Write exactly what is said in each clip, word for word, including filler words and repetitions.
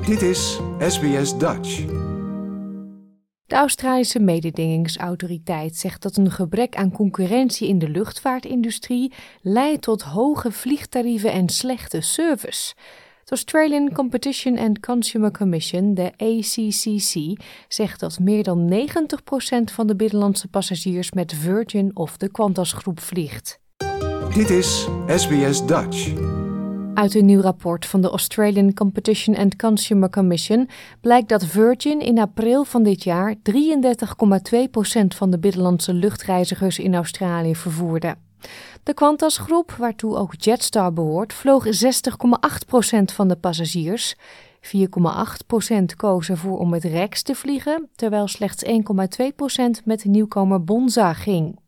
Dit is S B S Dutch. De Australische mededingingsautoriteit zegt dat een gebrek aan concurrentie in de luchtvaartindustrie leidt tot hoge vliegtarieven en slechte service. De Australian Competition and Consumer Commission, de A C C C, zegt dat meer dan negentig procent van de binnenlandse passagiers met Virgin of de Qantas groep vliegt. Dit is S B S Dutch. Uit een nieuw rapport van de Australian Competition and Consumer Commission blijkt dat Virgin in april van dit jaar drieëndertig komma twee procent van de binnenlandse luchtreizigers in Australië vervoerde. De Qantas-groep, waartoe ook Jetstar behoort, vloog zestig komma acht procent van de passagiers. vier komma acht procent koos ervoor om met Rex te vliegen, terwijl slechts één komma twee procent met de nieuwkomer Bonza ging.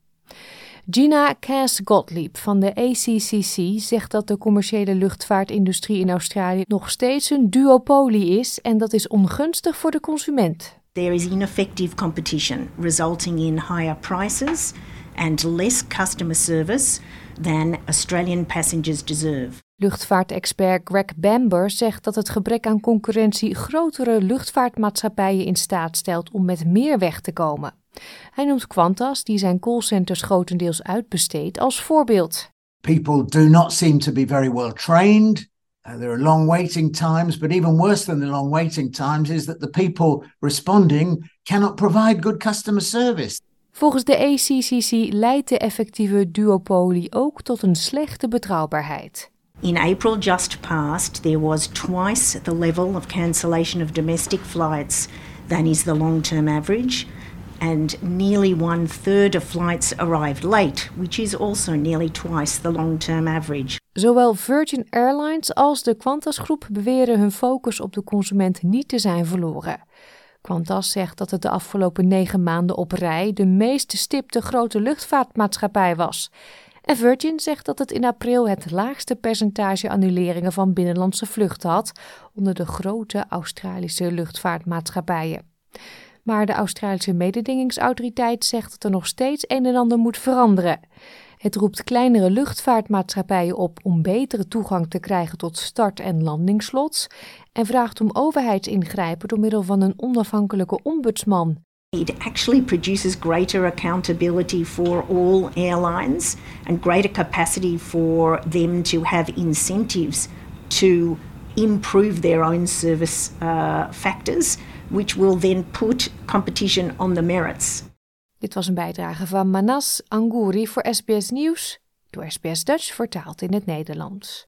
Gina Cass-Gottlieb van de A C C C zegt dat de commerciële luchtvaartindustrie in Australië nog steeds een duopolie is en dat is ongunstig voor de consument. There is ineffective competition resulting in higher prices and less customer service than Australian passengers deserve. Luchtvaartexpert Greg Bamber zegt dat het gebrek aan concurrentie grotere luchtvaartmaatschappijen in staat stelt om met meer weg te komen. Hij noemt Qantas, die zijn callcenters grotendeels uitbesteedt, als voorbeeld. People do not seem to be very well trained. Uh, there are long waiting times, but even worse than the long waiting times is that the people responding cannot provide good customer service. Volgens de A C C C leidt de effectieve duopolie ook tot een slechte betrouwbaarheid. In April just past, there was twice the level of cancellation of domestic flights than is the long-term average, and nearly one-third of flights arrived late, which is also nearly twice the long-term average. Zowel Virgin Airlines als de Qantas-groep beweren hun focus op de consument niet te zijn verloren. Qantas zegt dat het de afgelopen negen maanden op rij de meest stipte grote luchtvaartmaatschappij was. En Virgin zegt dat het in april het laagste percentage annuleringen van binnenlandse vluchten had onder de grote Australische luchtvaartmaatschappijen. Maar de Australische mededingingsautoriteit zegt dat er nog steeds een en ander moet veranderen. Het roept kleinere luchtvaartmaatschappijen op om betere toegang te krijgen tot start- en landingsslots en vraagt om overheidsingrijpen door middel van een onafhankelijke ombudsman. It actually produces greater accountability for all airlines and greater capacity for them to have incentives to improve their own service uh, factors, which will then put competition on the merits. Dit was een bijdrage van Manas Angouri voor S B S Nieuws, door S B S Dutch vertaald in het Nederlands.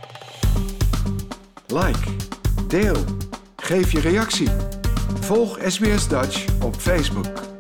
Like, deel, geef je reactie. Volg S B S Dutch op Facebook.